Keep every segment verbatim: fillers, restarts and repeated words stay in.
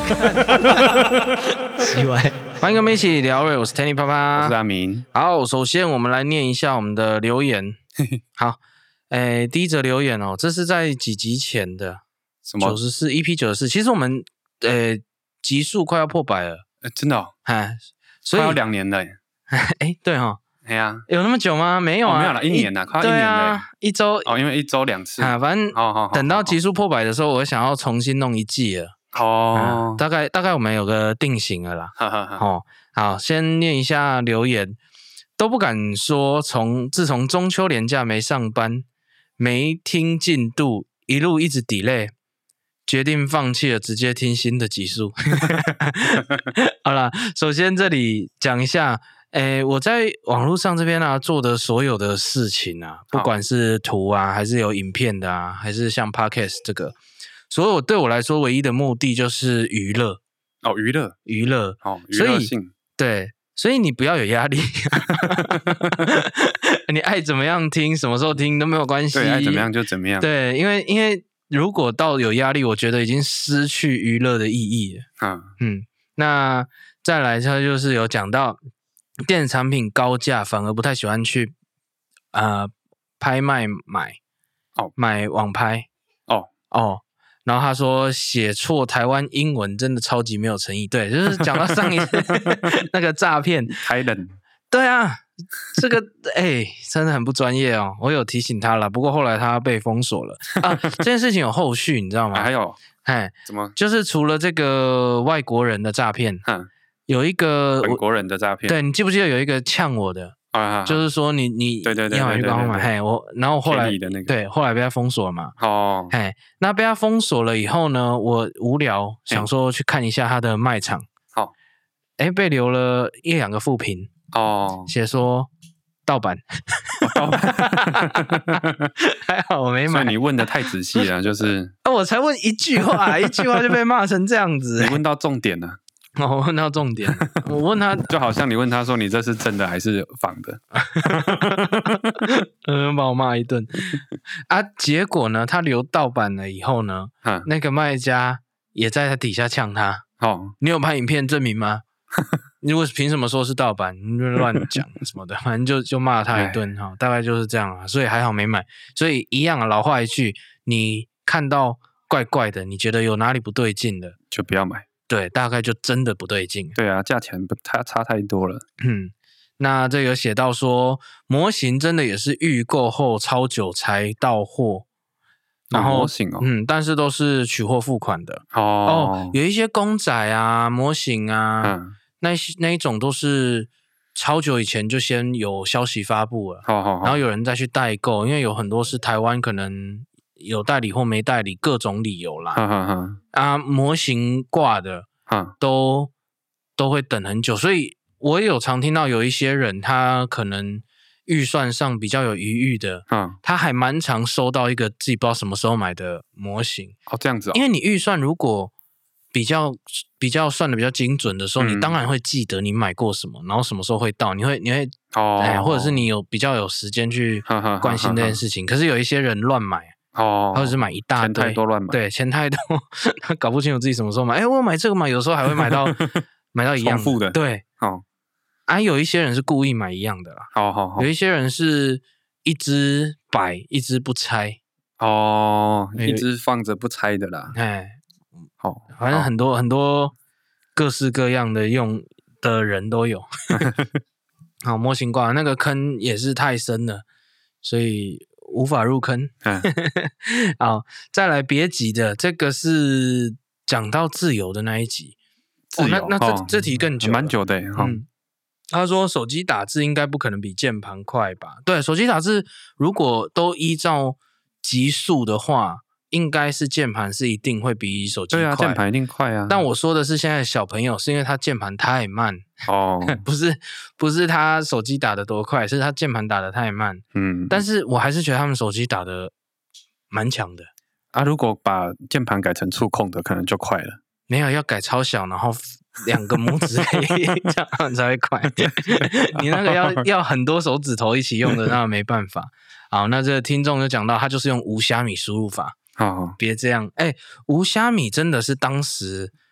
奇怪，欢迎跟我们一起聊瑞，我是 Tanny 啪啪， 我是阿明。 好，首先我们来念一下我们的留言。好，诶，第一则留言哦，这是在几集前的， 什么？ 九十四 E P 九十四。其实我们呃集数快要破百了， 呃、真的哦， 哎，所以快要两年了耶。 哎，对哈、哦， 哎呀， 有那么久吗？没有啊， 哦、没有了，一年了，快要一年了、 啊，一周哦，因为一周两次啊，反正等到集数破百的时候，我想要重新弄一季了。 哦、 啊，大概大概我们有个定型了啦。 哈哈哈。 哦，好，先念一下留言，都不敢说从自从中秋连假没上班，没听进度，一路一直 delay， 决定放弃了，直接听新的集数。好啦，首先这里讲一下。诶，我在网络上这边啊做的所有的事情啊，不管是图啊，还是有影片的啊，还是像 Podcast 这个，所有对我来说唯一的目的就是娱乐哦，娱乐， 娱乐， 哦，娱乐性， 对，所以你不要有压力，你爱怎么样听，什么时候听都没有关系， 对，爱怎么样就怎么样， 对，因为因为如果到有压力，我觉得已经失去娱乐的意义了。嗯嗯，那再来他就是有讲到。电子产品高价，反而不太喜欢去呃拍卖买哦， 买网拍哦哦。然后他说写错台湾英文真的超级没有诚意，对，就是讲到上一次那个诈骗， 太冷， 对啊，这个哎真的很不专业哦。我有提醒他了，不过后来他被封锁了啊。这件事情有后续，你知道吗？ 啊、还有， 哎， 怎么？ 就是除了这个外国人的诈骗，嗯。有一个本国人的诈骗， 对，你记不记得有一个呛我的，啊、就是说你你对对对， 要买就赶快买，嘿，我然后后来的那个对，后来被他封锁了嘛， 哦， 嘿，那被他封锁了以后呢，我无聊想说去看一下他的卖场， 好， 哎，被留了一两个负评， 哦， 写说盗版， 哦、盗版， 还好我没买， 所以你问的太仔细了，就是啊，我才问一句话，一句话就被骂成这样子， 你问到重点了。 哦，我问到重点，我问他， 就好像你问他说你这是真的还是仿的， 嗯，把我骂一顿啊！结果呢，他留盗版了以后呢，嗯、那个卖家也在他底下呛他。哦，你有拍影片证明吗？你如果凭什么说是盗版？你就乱讲什么的，反正就就骂他一顿哈、哦，大概就是这样啊。所以还好没买。所以一样啊，老话一句，你看到怪怪的，你觉得有哪里不对劲的， 就不要买。 对，大概就真的不对劲。 对啊，价钱不太差太多了。 嗯，那这有写到说，模型真的也是预购后超久才到货，然后、 哦、模型哦， 嗯，但是都是取货付款的。 哦哦，有一些公仔啊、模型啊，嗯、那那一种都是超久以前就先有消息发布了， 好好好， 然后有人再去代购，因为有很多是台湾可能。有代理或没代理，各种理由啦。 哈哈哈啊，模型挂的，都都会等很久，所以我也有常听到有一些人，他可能预算上比较有余裕的，嗯，他还蛮常收到一个自己不知道什么时候买的模型。 哦，这样子哦。 因为你预算如果比较比较算的比较精准的时候，嗯、你当然会记得你买过什么，然后什么时候会到，你会你会哦、哎，或者是你有比较有时间去关心这件事情。可是有一些人乱买。 哦， 或者是买一大堆， 钱太多乱买， 对，钱太多，他搞不清楚自己什么时候买。哎，我买这个嘛，有时候还会买到买到一样的， 重复的， 对，哦。啊，有一些人是故意买一样的啦， 好好好。 有一些人是一只摆，一只不拆， 哦，一只放着不拆的啦。 哎， 好， 反正很多很多各式各样的用的人都有。好，模型挂那个坑也是太深了，所以。无法入坑，嗯、好，再来别急的，这个是讲到自由的那一集， 哦， 那那这、 哦、 这题更久， 蛮久的， 嗯，他说手机打字应该不可能比键盘快吧？对，手机打字如果都依照级数的话，应该是键盘是一定会比手机快， 对啊，键盘一定快啊。 但我说的是现在小朋友是因为他键盘太慢。哦，不是不是他手机打得多快，是他键盘打得太慢。嗯，但是我还是觉得他们手机打得蛮强的。 啊，如果把键盘改成触控的，可能就快了。 没有，要改超小，然后两个拇指可以这样才会快。你那个要要很多手指头一起用的，那没办法。好，那这个听众就讲到，他就是用无虾米输入法。哦，别这样，哎、欸，无虾米真的是当时。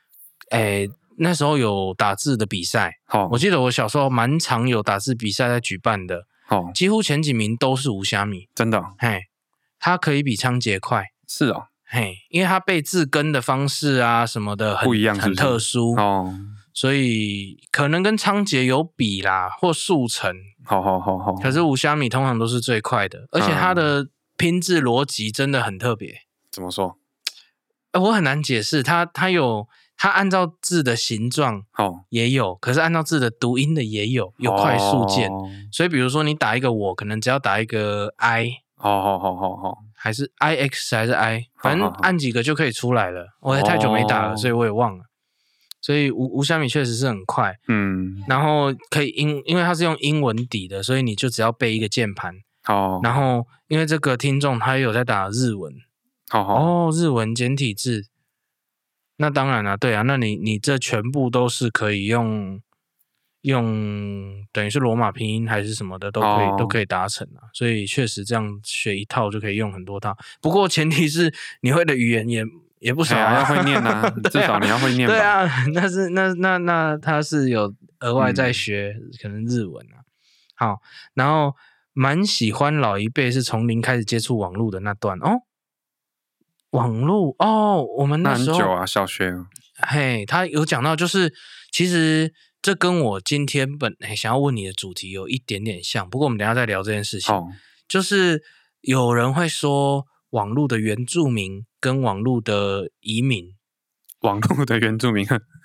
哎，那时候有打字的比赛， 好， 我记得我小时候蛮常有打字比赛在举办的， 好， 几乎前几名都是无虾米， 真的、哦， 嘿，它可以比仓颉快， 是哦， 嘿，因为它背字根的方式啊什么的很不一样是不是， 很特殊哦， 所以可能跟仓颉有比啦，或速成， 好好好好， 可是无虾米通常都是最快的，而且它的拼字逻辑真的很特别。 怎么说？ 呃我很难解释，它它有它按照字的形状好， 也有，可是按照字的读音的也有，有快速键。 哦所以比如说你打一个我，可能只要打一个 i， 好好好好好， 还是 ix 还是 i， 好反正按几个就可以出来了。我也太久没打了， 哦所以我也忘了。所以无无虾米确实是很快， 嗯， 然后可以英，因为它是用英文底的，所以你就只要背一个键盘。 好， 然后因为这个听众他有在打日文， 好好， 哦，日文简体字，那当然了，对啊，那你你这全部都是可以用用等于是罗马拼音还是什么的都可以、 哦都可以达成啊，所以确实这样学一套就可以用很多套。不过前提是你会的语言也也不少啊， 哎呀要会念啊，至少你要会念吧。 对啊，那是那那那他是有额外在学、嗯、可能日文啊。好，然后蛮喜欢老一辈是从零开始接触网络的那段哦。网络哦，我们那时候那很久啊，小学。 嘿，他有讲到，就是其实这跟我今天本想要问你的主题有一点点像，不过我们等一下再聊这件事情。 哦， 就是有人会说网络的原住民跟网络的移民， 网络的原住民，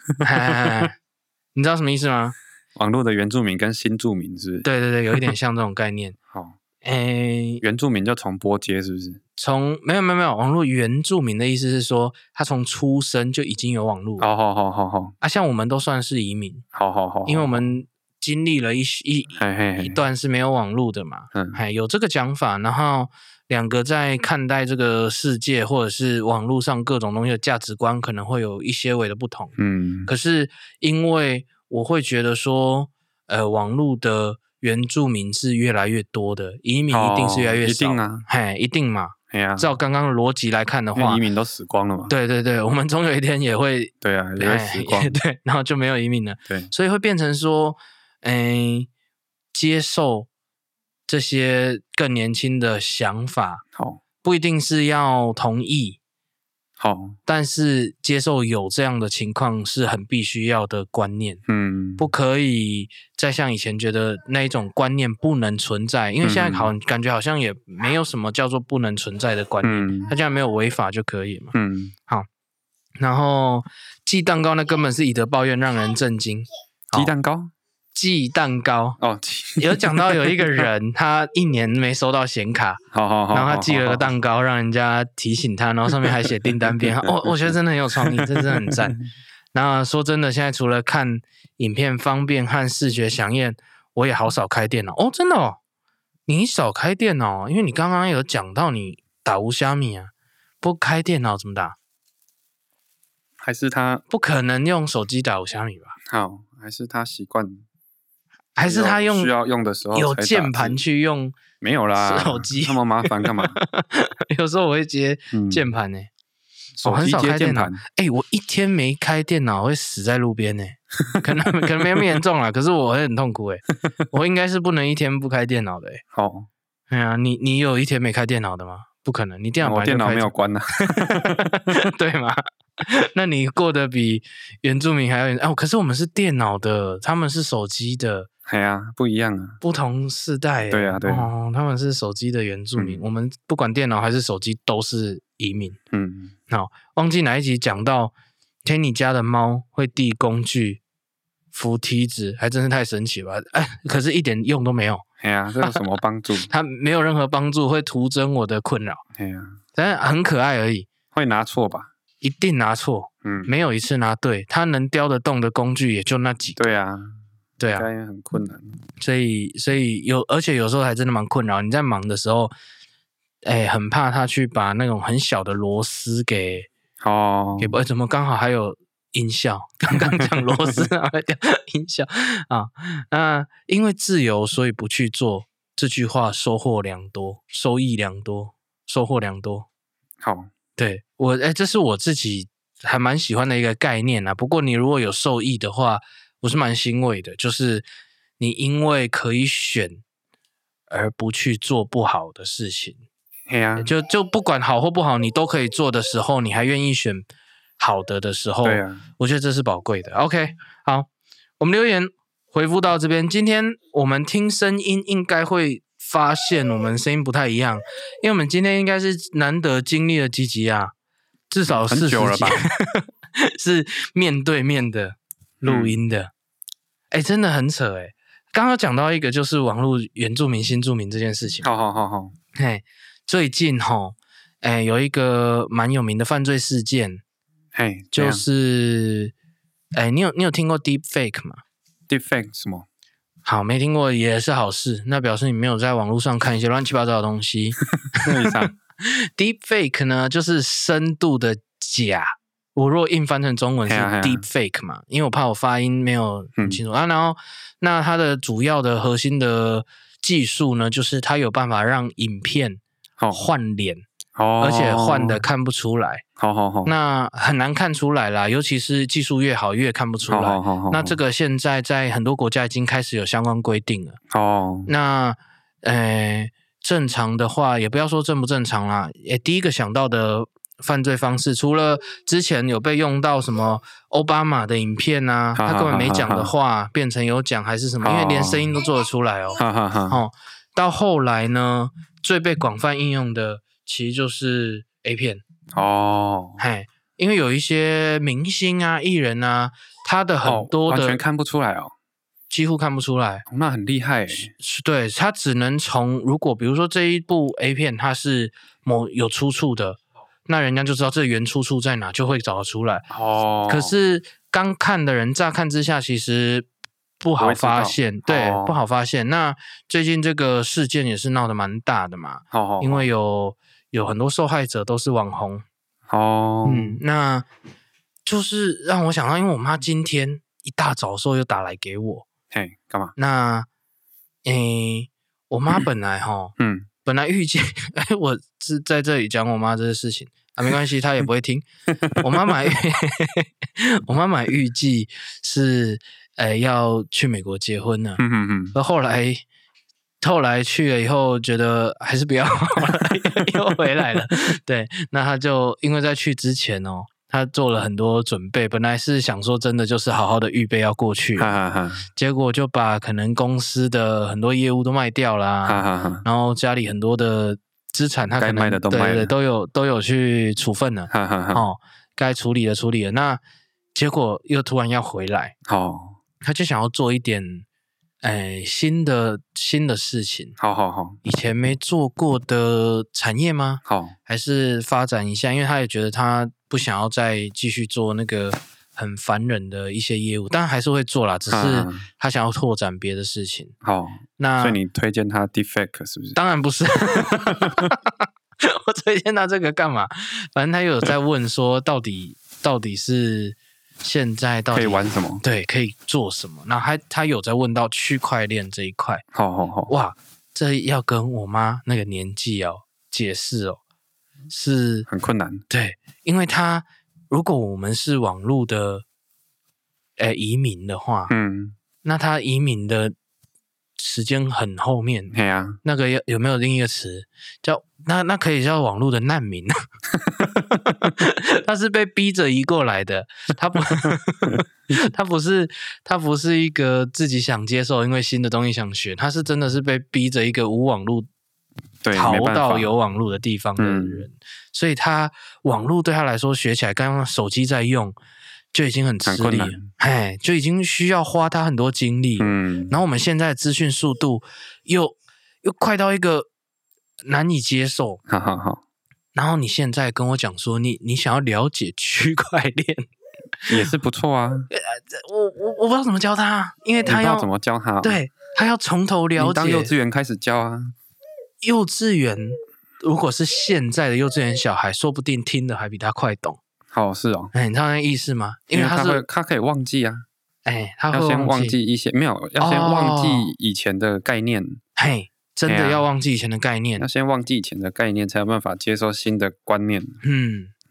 你知道什么意思吗？ 网络的原住民跟新住民是不是？ 对对对，有一点像这种概念。 好， 诶， 原住民就从波接是不是？ 从没有没有没有，网络原住民的意思是说，他从出生就已经有网络。 好好好好好啊，像我们都算是移民。 好好好， 因为我们经历了一一嘿嘿嘿一段是没有网络的嘛， 嗯， 还有这个讲法，然后两个在看待这个世界或者是网络上各种东西的价值观可能会有一些微的不同。 嗯， 可是因为我会觉得说，呃，网络的原住民是越来越多的，移民一定是越来越少， 哦、一定啊， 嘿，一定嘛。 哎呀， 照刚刚的逻辑来看的话， 移民都死光了嘛。 对对对，我们总有一天也会， 对啊，也会死光。 对，然后就没有移民了。 对， 所以会变成说，嗯，接受这些更年轻的想法， 好， 不一定是要同意， 好， 但是接受有这样的情况是很必须要的观念。 嗯， 不可以再像以前觉得那一种观念不能存在，因为现在好、嗯、感觉好像也没有什么叫做不能存在的观念，嗯、它既然没有违法就可以嘛。 嗯， 好，然后寄蛋糕那根本是以德报怨，让人震惊。 鸡蛋糕。 寄蛋糕哦， 有讲到有一个人他一年没收到显卡， 好好好， 然后他寄了个蛋糕让人家提醒他，然后上面还写订单编号，哦，我觉得真的很有创意，这真的很赞。那说真的，现在除了看影片方便和视觉响应，我也好少开电脑哦，真的哦，你少开电脑，因为你刚刚有讲到你打无虾米啊，不开电脑怎么打？ 还是他不可能用手机打无虾米吧？ 好，还是他习惯。 还是他用需要用的时候有键盘去用？ 没有啦， 手机那么麻烦干嘛？ 有时候我会接键盘呢， 手机接键盘。 哎、欸，我一天没开电脑会死在路边呢，可能可能没那么严重啦，可是我会很痛苦哎，我应该是不能一天不开电脑的哎。 好， 哎呀，你你有一天没开电脑的吗？不可能，你电脑我电脑没有关啊， 对吗？那你过得比原住民还要哦？可是我们是电脑的，他们是手机的。 哎呀，不一样啊， 不同世代。 对啊，对啊， 哦，他们是手机的原住民，嗯、我们不管电脑还是手机都是移民。 嗯， 好，忘记哪一集讲到天你家的猫会递工具、扶梯子，还真是太神奇了。哎，可是一点用都没有。 哎呀，这有什么帮助？ 它没有任何帮助，会徒增我的困扰。 哎呀， 但很可爱而已。 会拿错吧？ 一定拿错。嗯，没有一次拿对。它能叼得动的工具也就那几个。 对啊。 对啊， 应该很困难， 所以所以有，而且有时候还真的蛮困扰。你在忙的时候，哎，很怕他去把那种很小的螺丝给哦， 给哎，怎么刚好还有音效？刚刚讲螺丝啊，音效啊，那因为自由，所以不去做。这句话收获良多，收益良多，收获良多。 好， 对我哎，这是我自己还蛮喜欢的一个概念啊。不过你如果有受益的话，我是蛮欣慰的，就是你因为可以选而不去做不好的事情。 对啊， 就就不管好或不好，你都可以做的时候，你还愿意选好的的时候， 对啊， 我觉得这是宝贵的。OK， 好，我们留言回复到这边。今天我们听声音应该会发现我们声音不太一样，因为我们今天应该是难得经历了几集啊，至少四十集很久了吧是面对面的录音的。哎、嗯，真的很扯哎。刚刚讲到一个就是网络原住民新住民这件事情。 好好好好， 嘿，最近齁，哎，有一个蛮有名的犯罪事件， 嘿， 就是，哎，你有你有听过 deep fake 吗 ？deep fake 什么？ 好，没听过也是好事，那表示你没有在网络上看一些乱七八糟的东西。deep fake 呢，就是深度的假。我如果硬翻成中文是 deep fake 嘛，因为我怕我发音没有很清楚、嗯、啊。然后，那它的主要的核心的技术呢，就是它有办法让影片换脸， 哦、 而且换的看不出来。 好好好， 那很难看出来啦，尤其是技术越好越看不出来。 好好好好， 那这个现在在很多国家已经开始有相关规定了。 哦， 那呃，正常的话，也不要说正不正常啦，也第一个想到的犯罪方式，除了之前有被用到什么奥巴马的影片啊，他根本没讲的话变成有讲还是什么，因为连声音都做得出来哦。哦，到后来呢，最被广泛应用的其实就是 A 片哦， 嘿，因为有一些明星啊、艺人啊，他的很多的、 哦、完全看不出来哦， 几乎看不出来， 哦、那很厉害耶。 对，他只能从如果比如说这一部 A 片它是某有出处的。那人家就知道这原出处在哪，就会找得出来。 哦， 可是刚看的人乍看之下，其实不好发现，对、哦，不好发现。那最近这个事件也是闹得蛮大的嘛， 哦、 因为有有很多受害者都是网红。 哦， 嗯，那就是让我想到，因为我妈今天一大早的时候又打来给我， 嘿，干嘛？ 那诶，我妈本来齁，嗯。本来预计，哎，我是在这里讲我妈这些事情啊，没关系，她也不会听。我妈买，我妈买预计是，呃，要去美国结婚呢。嗯嗯嗯。而后来，后来去了以后，觉得还是不要，又回来了。对，那她就因为在去之前哦。他做了很多准备，本来是想说真的就是好好的预备要过去，哈哈哈，结果就把可能公司的很多业务都卖掉啦，哈哈哈，然后家里很多的资产他可能该卖的都卖了，对对，都有都有去处分了，哈哈哈，哦，该处理的处理了，那结果又突然要回来，哦，他就想要做一点哎新的新的事情，好好好，以前没做过的产业吗？好，还是发展一下，因为他也觉得他不想要再继续做那个很烦人的一些业务，当然还是会做啦，只是他想要拓展别的事情。好，那所以你推荐他 deep fake 是不是？ 当然不是，我推荐他这个干嘛？反正他又有在问说，到底到底是现在到底可以玩什么？ 对，可以做什么？然后他他有在问到区块链这一块。 好好好， 哇，这要跟我妈那个年纪哦解释哦。是很困难， 对，因为他如果我们是网络的，呃，移民的话，嗯，那他移民的时间很后面， 对啊， 那个有有没有另一个词叫那那可以叫网络的难民？他是被逼着移过来的，他不，他不是他不是一个自己想接受，因为新的东西想学，他是真的是被逼着一个无网络。逃到有网络的地方的人、嗯，所以他网络对他来说学起来，刚刚手机在用就已经很吃力了，哎，就已经需要花他很多精力。嗯，然后我们现在的资讯速度又又快到一个难以接受。 好好好， 然后你现在跟我讲说你，你你想要了解区块链， 也是不错啊。 我我我不知道怎么教他，因为他要怎么教他、哦？ 对，他要从头了解。 你当幼稚园开始教啊。 幼稚园如果是现在的幼稚园小孩，说不定听的还比他快懂。 好，是哦。 哎，你知道那意思吗？ 因为他是因为他, 会他可以忘记啊。 哎，他会要先忘记一些没有，要先忘记以前的概念。 嘿、哦，真的要忘记以前的概念、 啊，要先忘记以前的概念，才有办法接受新的观念。 嗯嗯，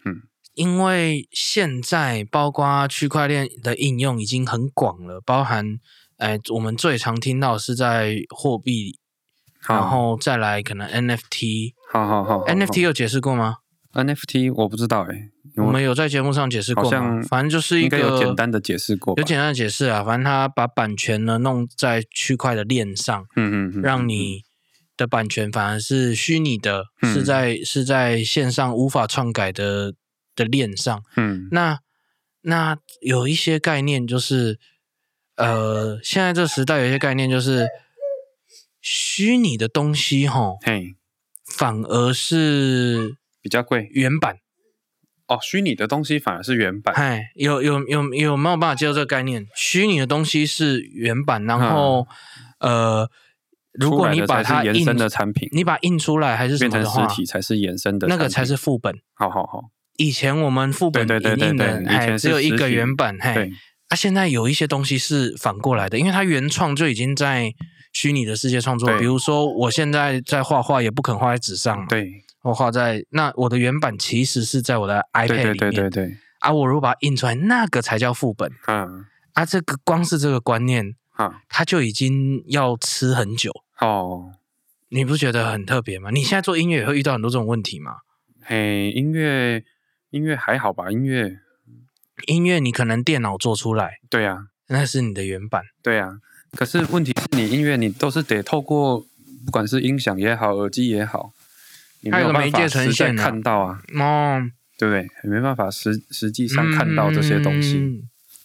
因为现在包括区块链的应用已经很广了，包含呃我们最常听到是在货币，然后再来可能 N F T。 好好好好好 N F T 有解释过吗？ N F T 我不知道哎、欸， 我们有在节目上解释过吗？反正就是一个应该有简单的解释过吧， 有简单的解释啊。反正他把版权呢弄在区块的链上， 嗯嗯嗯， 让你的版权反而是虚拟的，嗯、是在是在线上无法篡改的的链上。嗯，那那有一些概念就是，呃，现在这时代有一些概念就是虚拟的东西齁， 嘿， 反而是比较贵， 原版。 哦，虚拟的东西反而是原版。 哎，有有有有没有办法接受这个概念？虚拟的东西是原版，然后、嗯、呃，如果你把它延伸的产品， 你把它印出来还是什么的话， 变成实体才是延伸的产品， 那个才是副本。 好好好， 以前我们副本影印的，哎，只有一个原版，嘿，啊，现在有一些东西是反过来的，因为它原创就已经在虚拟的世界创作，比如说我现在在画画，也不肯画在纸上嘛， 对。 我画在那我的原版其实是在我的 iPad 里面， 对对对对对。 啊，我如果把它印出来，那个才叫副本。嗯。啊，这个光是这个观念，嗯，它就已经要吃很久。哦。你不觉得很特别吗？你现在做音乐也会遇到很多这种问题吗？ 嘿，音乐音乐还好吧？音乐音乐你可能电脑做出来， 对啊， 那是你的原版。 对啊，可是问题是你音乐你都是得透过不管是音响也好，耳机也好。你没有办法实在看到啊，哦，对不对？没办法实实际上看到这些东西。嗯、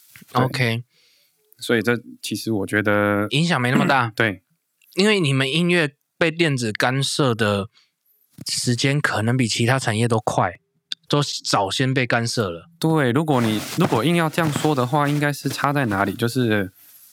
OK， 所以这其实我觉得影响没那么大。 对， 因为你们音乐被电子干涉的时间可能比其他产业都快，都早先被干涉了。 对，如果你如果硬要这样说的话，应该是差在哪里？就是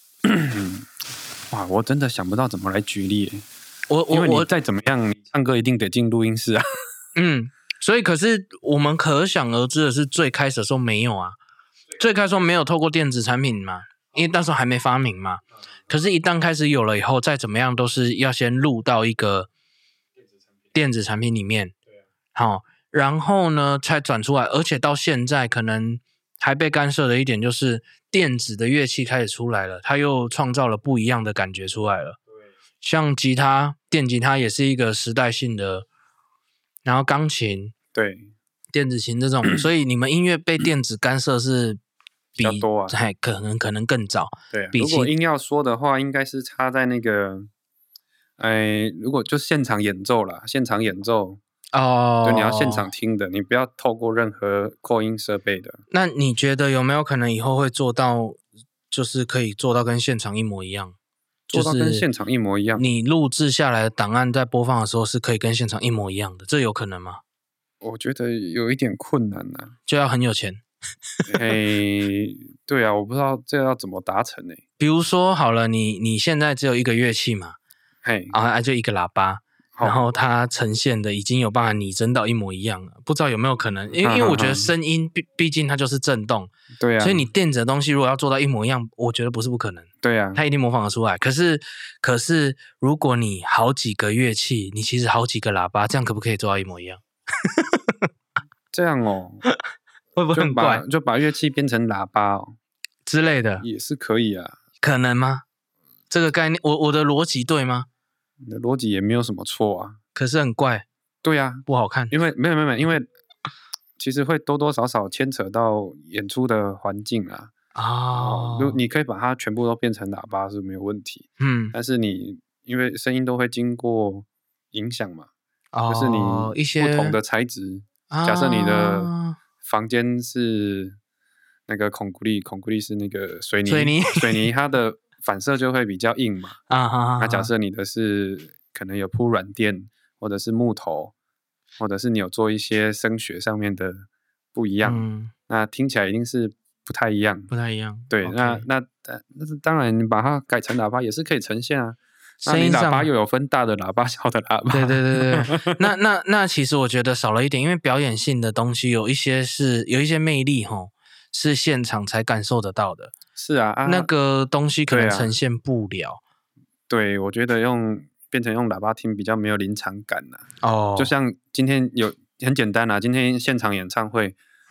哇，我真的想不到怎么来举例。 我我因为你再怎么样，你唱歌一定得进录音室啊。 嗯，所以可是我们可想而知的是，最开始的时候没有啊，最开始的时候没有透过电子产品嘛，因为那时候还没发明嘛。可是，一旦开始有了以后，再怎么样都是要先录到一个电子产品里面，好、哦，然后呢才转出来。而且到现在，可能还被干涉的一点就是电子的乐器开始出来了，它又创造了不一样的感觉出来了。像吉他、电吉他也是一个时代性的，然后钢琴、 对电子琴这种，所以你们音乐被电子干涉是比比较多啊， 还可能可能更早。 对、啊，如果硬要说的话，应该是差在那个，哎，如果就现场演奏啦，现场演奏哦，对，你要现场听的，你不要透过任何扩音设备的。 那你觉得有没有可能以后会做到，就是可以做到跟现场一模一样？ 做到跟现场一模一样， 你录制下来的档案在播放的时候是可以跟现场一模一样的，这有可能吗？ 我觉得有一点困难啊， 就要很有钱。 嘿，对啊，我不知道这要怎么达成呢、欸？ 比如说好了，你你现在只有一个乐器嘛， 嘿， 啊就一个喇叭，然后它呈现的已经有办法拟真到一模一样了，不知道有没有可能？因为因为我觉得声音毕毕竟它就是震动， 对啊， 所以你电子的东西如果要做到一模一样，我觉得不是不可能。 对啊， 它一定模仿得出来。可是可是如果你好几个乐器，你其实好几个喇叭，这样可不可以做到一模一样？ 这样哦， 会不会很怪？ 就把就把乐器变成喇叭哦之类的， 也是可以啊。 可能吗？这个概念，我我的逻辑对吗？ 你的逻辑也没有什么错啊， 可是很怪。 对啊， 不好看。 因为没有没有没有，因为其实会多多少少牵扯到演出的环境啊。哦，如你可以把它全部都变成喇叭是没有问题。嗯，但是你因为声音都会经过影响嘛，哦、就是你一些不同的材质。假设你的房间是那个孔固力，孔固力是那个水泥， 水泥， 水泥它的反射就会比较硬嘛。啊哈。那假设你的是可能有铺软垫，或者是木头，或者是你有做一些声学上面的不一样，嗯、那听起来一定是不太一样， 不太一样。 对， okay. 那那那当然你把它改成喇叭也是可以呈现啊。那你喇叭又有分大的喇叭、小的喇叭。 对对对对。那那那其实我觉得少了一点，因为表演性的东西有一些是有一些魅力齁，是现场才感受得到的。 是啊，啊那个东西可能呈现不了。 对，我觉得用变成用喇叭听比较没有临场感啊。哦。就像今天有很简单啊，今天现场演唱会，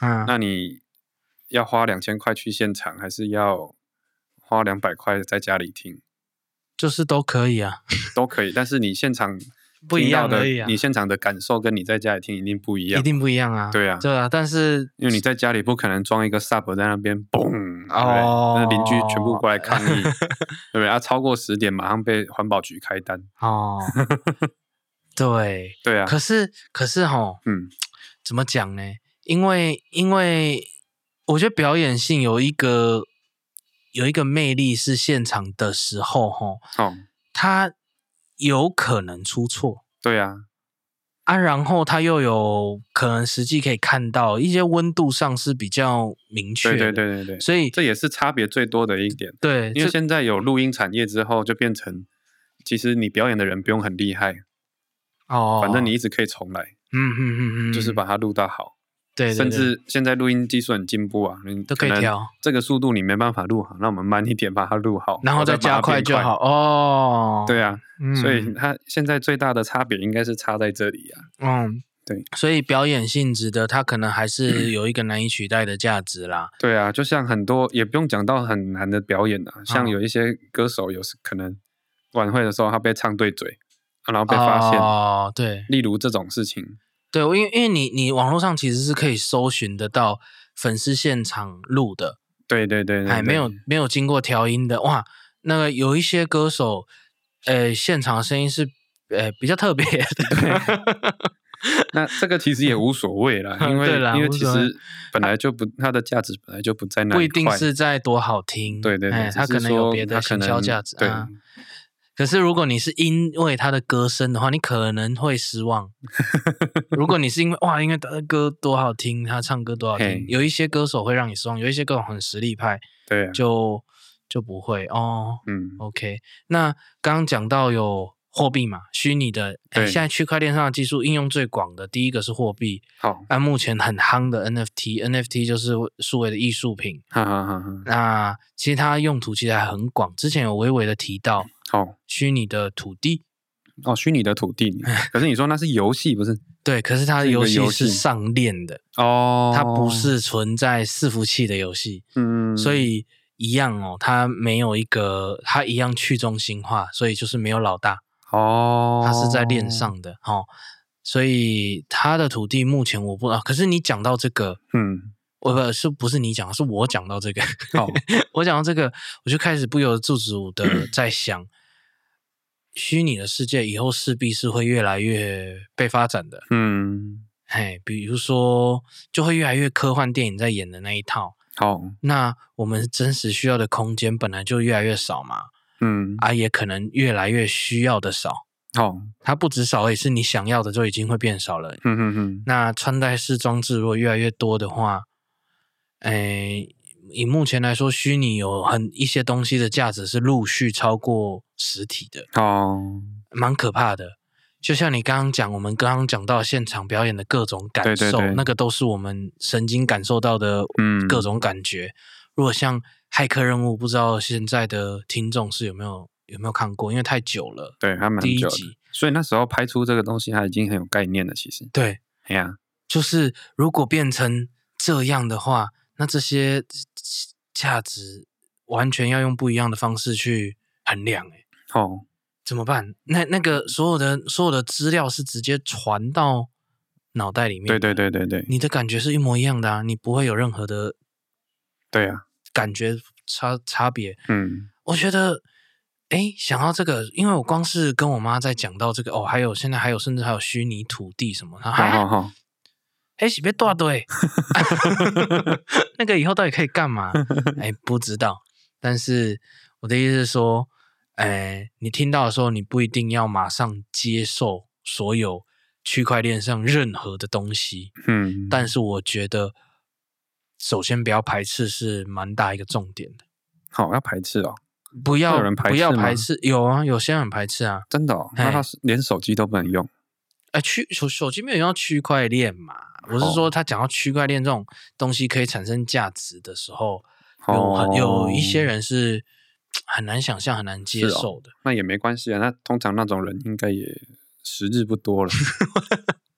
嗯，那你要花两千块去现场，还是要花两百块在家里听？ 就是都可以啊， 都可以。但是你现场不一样而已啊，你现场的感受跟你在家里听一定不一样， 一定不一样啊。 对啊， 对啊。但是因为你在家里不可能装一个 sub 在那边嘣，哦，那邻居全部过来抗议，对不对？啊，超过十点马上被环保局开单。哦， 对对啊。 可是可是齁，嗯，怎么讲呢？因为因为我觉得表演性有一个有一个魅力是现场的时候齁，哦，它有可能出错。 对啊。 啊，然后它又有可能实际可以看到一些温度上是比较明确的， 对对对对对， 所以这也是差别最多的一点。 对， 因为现在有录音产业之后，就变成其实你表演的人不用很厉害哦，反正你一直可以重来，嗯嗯嗯嗯，就是把它录到好。对, 对, 对，甚至现在录音技术很进步啊，你都可以调。 这个速度你没办法录好，那我们慢一点把它录好， 然后再加快就好哦。 对啊，嗯，所以它现在最大的差别应该是差在这里啊。嗯，对， 所以表演性质的，它可能还是有一个难以取代的价值啦。 对啊，就像很多也不用讲到很难的表演啊，像有一些歌手有时可能晚会的时候他被唱对嘴，然后被发现， 哦，对， 例如这种事情。 对，因为因为你你网络上其实是可以搜寻得到粉丝现场录的， 对对对 对, 对， 还没有没有经过调音的，哇，那个有一些歌手，呃，现场的声音是呃比较特别的。 那这个其实也无所谓啦，因为因为其实本来就不它的价值本来就不在那一块，不一定是在多好听， 对对对， 它可能有别的行销价值啊。可是如果你是因为他的歌声的话，你可能会失望。如果你是因为哇，因为他的歌多好听，他唱歌多好听，有一些歌手会让你失望，有一些歌手很实力派， 对、啊， 就就不会哦。嗯 ，OK。那刚刚讲到有货币嘛，虚拟的，哎，现在区块链上的技术应用最广的，第一个是货币，好，按目前很夯的 N F T，N F T 就是数位的艺术品，哈哈哈哈。那其实它用途其实还很广，之前有微微的提到。 好， 虚拟的土地哦，虚拟的土地，可是你说那是游戏不是？ 对，可是它的游戏是上链的哦，它不是存在伺服器的游戏，嗯，所以一样哦，它没有一个，它一样去中心化，所以就是没有老大哦，它是在链上的哦，所以它的土地目前我不知道，可是你讲到这个，嗯。我不是不是你讲，是我讲到这个。好，我讲到这个，我就开始不由自主的在想，虚拟的世界以后势必是会越来越被发展的。嗯，嘿，比如说就会越来越科幻电影在演的那一套。好，那我们真实需要的空间本来就越来越少嘛。嗯，啊，也可能越来越需要的少。好，它不止少，也是你想要的就已经会变少了。嗯哼哼。那穿戴式装置如果越来越多的话，诶，以目前来说，虚拟有很一些东西的价值是陆续超过实体的哦，蛮可怕的。就像你刚刚讲，我们刚刚讲到现场表演的各种感受，对对对，那个都是我们神经感受到的各种感觉。嗯、如果像骇客任务，不知道现在的听众是有没有有没有看过？因为太久了， 对，还蛮久的。第一集，所以那时候拍出这个东西，它已经很有概念了。其实， 对， 哎呀， 就是如果变成这样的话。那这些价值完全要用不一样的方式去衡量，哎，哦，怎么办？那那个所有的所有的资料是直接传到脑袋里面， 对对对对对， 你的感觉是一模一样的啊，你不会有任何的， 对啊， 感觉差差别。嗯，我觉得，哎，想到这个，因为我光是跟我妈在讲到这个，哦，还有现在还有甚至还有虚拟土地什么，好好好。哎，是别大堆，那个以后到底可以干嘛？哎，不知道。但是我的意思是说，哎，你听到的时候，你不一定要马上接受所有区块链上任何的东西。嗯，但是我觉得，首先不要排斥是蛮大一个重点的。 好，要排斥哦， 不要有人排斥吗？ 不要排斥，有啊，有些人很排斥啊， 真的哦，那他连手机都不能用。 哎，区手手机没有用到区块链嘛？我是说，他讲到区块链这种东西可以产生价值的时候，有、哦、有一些人是很难想象、很难接受的。 哦、那也没关系啊，那通常那种人应该也时日不多了。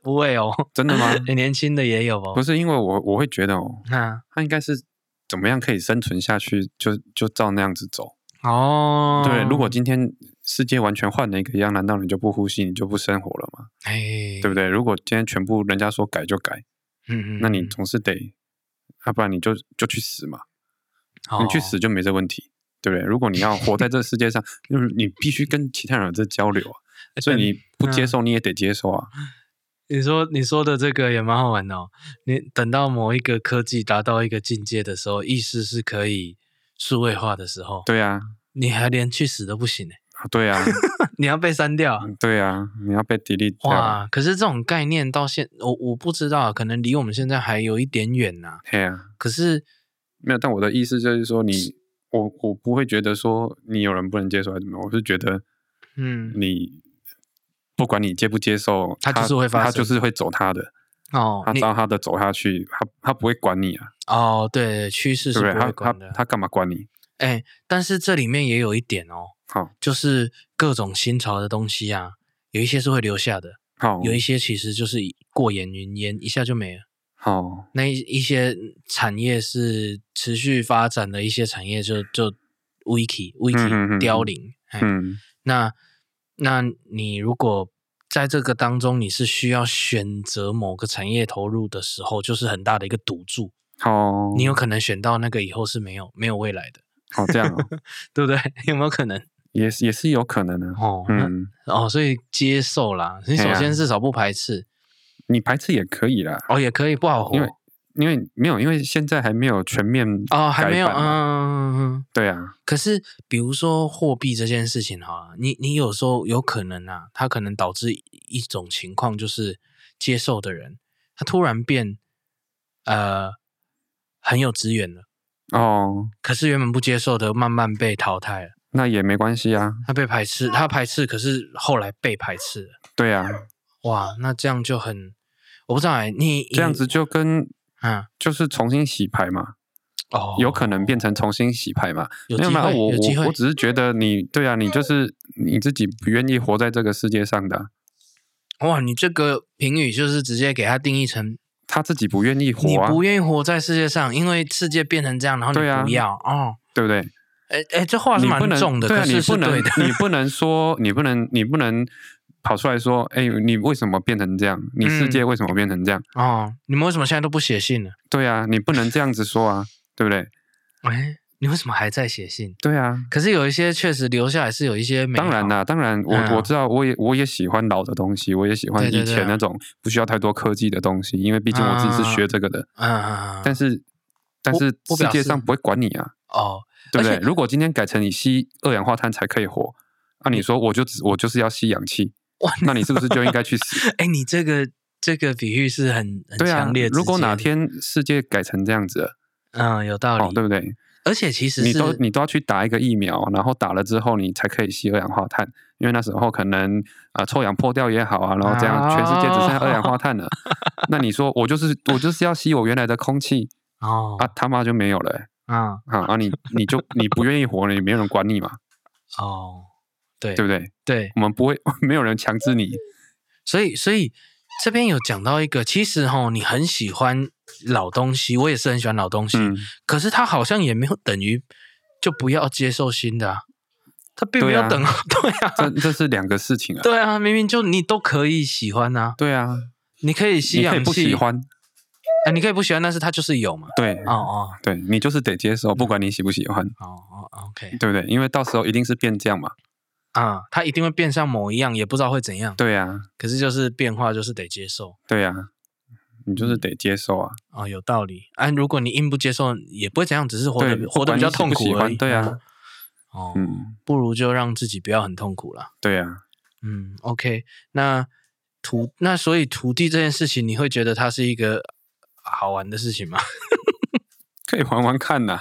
不会哦， 真的吗？ 年轻的也有哦。 不是，因为我我会觉得哦， 啊， 他应该是怎么样可以生存下去，就就照那样子走。 哦， 对，如果今天世界完全换了一个样，难道你就不呼吸，你就不生活了吗？ 哎， 对不对？如果今天全部人家说改就改，嗯嗯，那你总是得，要、啊、不然你就就去死嘛。哦、你去死就没这问题，对不对？如果你要活在这个世界上，就是你必须跟其他人有这交流啊，所以你不接受你也得接受啊。 嗯、你说你说的这个也蛮好玩的哦。你等到某一个科技达到一个境界的时候，意识是可以数位化的时候， 对啊， 你还连去死都不行哎。 对啊， 你要被删掉。 对啊，你要被 delete 掉。 哇，可是这种概念到现我我不知道，可能离我们现在还有一点远呐、啊。 对啊， 可是没有，但我的意思就是说你，你我我不会觉得说你有人不能接受还是怎么样，我是觉得，嗯，你不管你接不接受， 他就是会发生， 他就是会走他的。哦，他照他的走下去，他他不会管你啊。 哦，对，趋势是不会管的。 他他他干嘛管你？ 哎，但是这里面也有一点哦，好，就是各种新潮的东西啊，有一些是会留下的，好，有一些其实就是过眼云烟，一下就没了。好，那一些产业是持续发展的一些产业就，就就 wiki wiki 凋零。嗯，那那你如果在这个当中，你是需要选择某个产业投入的时候，就是很大的一个赌注。好，你有可能选到那个以后是没有没有未来的。 哦，这样哦， 对不对？有没有可能？ 也也是有可能的哦。嗯，哦，所以接受啦。你首先至少不排斥， 你排斥也可以啦。 哦，也可以不好活， 因为因为没有，因为现在还没有全面哦，还没有， 嗯嗯嗯，对啊。 可是比如说货币这件事情哈，你你有时候有可能啊，它可能导致一种情况，就是接受的人他突然变呃很有资源了。哦，可是原本不接受的，慢慢被淘汰了， 那也没关系啊。 他被排斥，他排斥，可是后来被排斥了。 对啊， 哇，那这样就很，我不知道哎、欸，你这样子就跟嗯，就是重新洗牌嘛。哦，有可能变成重新洗牌嘛？ 有机会， 我有机会。 我我只是觉得你，对啊，你就是你自己不愿意活在这个世界上的、 啊。哇，你这个评语就是直接给他定义成。 他自己不愿意活、啊， 你不愿意活在世界上，因为世界变成这样，然后你不要、啊、哦， 对不对？ 哎哎，这话是蛮重的， 对啊， 可是是对的。 你不能说，你不能，你不能跑出来说，哎，你为什么变成这样？你世界为什么变成这样？ 嗯、哦，你们为什么现在都不写信了？ 对啊，你不能这样子说啊，对不对？ 哎，你为什么还在写信？ 对啊， 可是有一些确实留下来是有一些美好。 当然啦，当然我、嗯、我知道，我也我也喜欢老的东西，我也喜欢以前那种不需要太多科技的东西，因为毕竟我自己是学这个的。嗯嗯。但是但是世界上不会管你啊。哦。对不对？如果今天改成你吸二氧化碳才可以活，那、啊、你说我就只我就是要吸氧气，那你是不是就应该去死？ 哎，你这个这个比喻是很很强烈。 对啊，如果哪天世界改成这样子， 嗯，有道理、哦， 对不对？ 而且其实你都你都要去打一个疫苗，然后打了之后你才可以吸二氧化碳，因为那时候可能啊、呃、臭氧破掉也好啊，然后这样全世界只剩下二氧化碳了。哦、那你说我就是我就是要吸我原来的空气哦啊他妈就没有了、欸。啊啊啊！你你就你不愿意活了，也没有人管你嘛。 哦，对， 对不对？ 对， 我们不会，没有人强制你。 所以，所以这边有讲到一个，其实哈，你很喜欢老东西，我也是很喜欢老东西，嗯、可是它好像也没有等于就不要接受新的啊。它并没有等，对啊， 这这是两个事情啊。 对啊，明明就你都可以喜欢啊。 对啊， 你可以吸氧气， 你可以不喜欢。 哎，你可以不喜欢，但是它就是有嘛。 对， 哦哦， 对你就是得接受，不管你喜不喜欢。 哦哦 ，OK， 对不对？因为到时候一定是变这样嘛。 啊，它一定会变上某一样，也不知道会怎样。 对啊， 可是就是变化，就是得接受。 对啊，你就是得接受啊。 哦，有道理。啊，如果你硬不接受，也不会怎样，只是活得活得比较痛苦而已。 对啊。 哦，嗯，不如就让自己不要很痛苦啦。 对啊。 嗯 ，OK， 那土那所以土地这件事情，你会觉得它是一个好玩的事情吗？ 可以玩玩看呐、啊，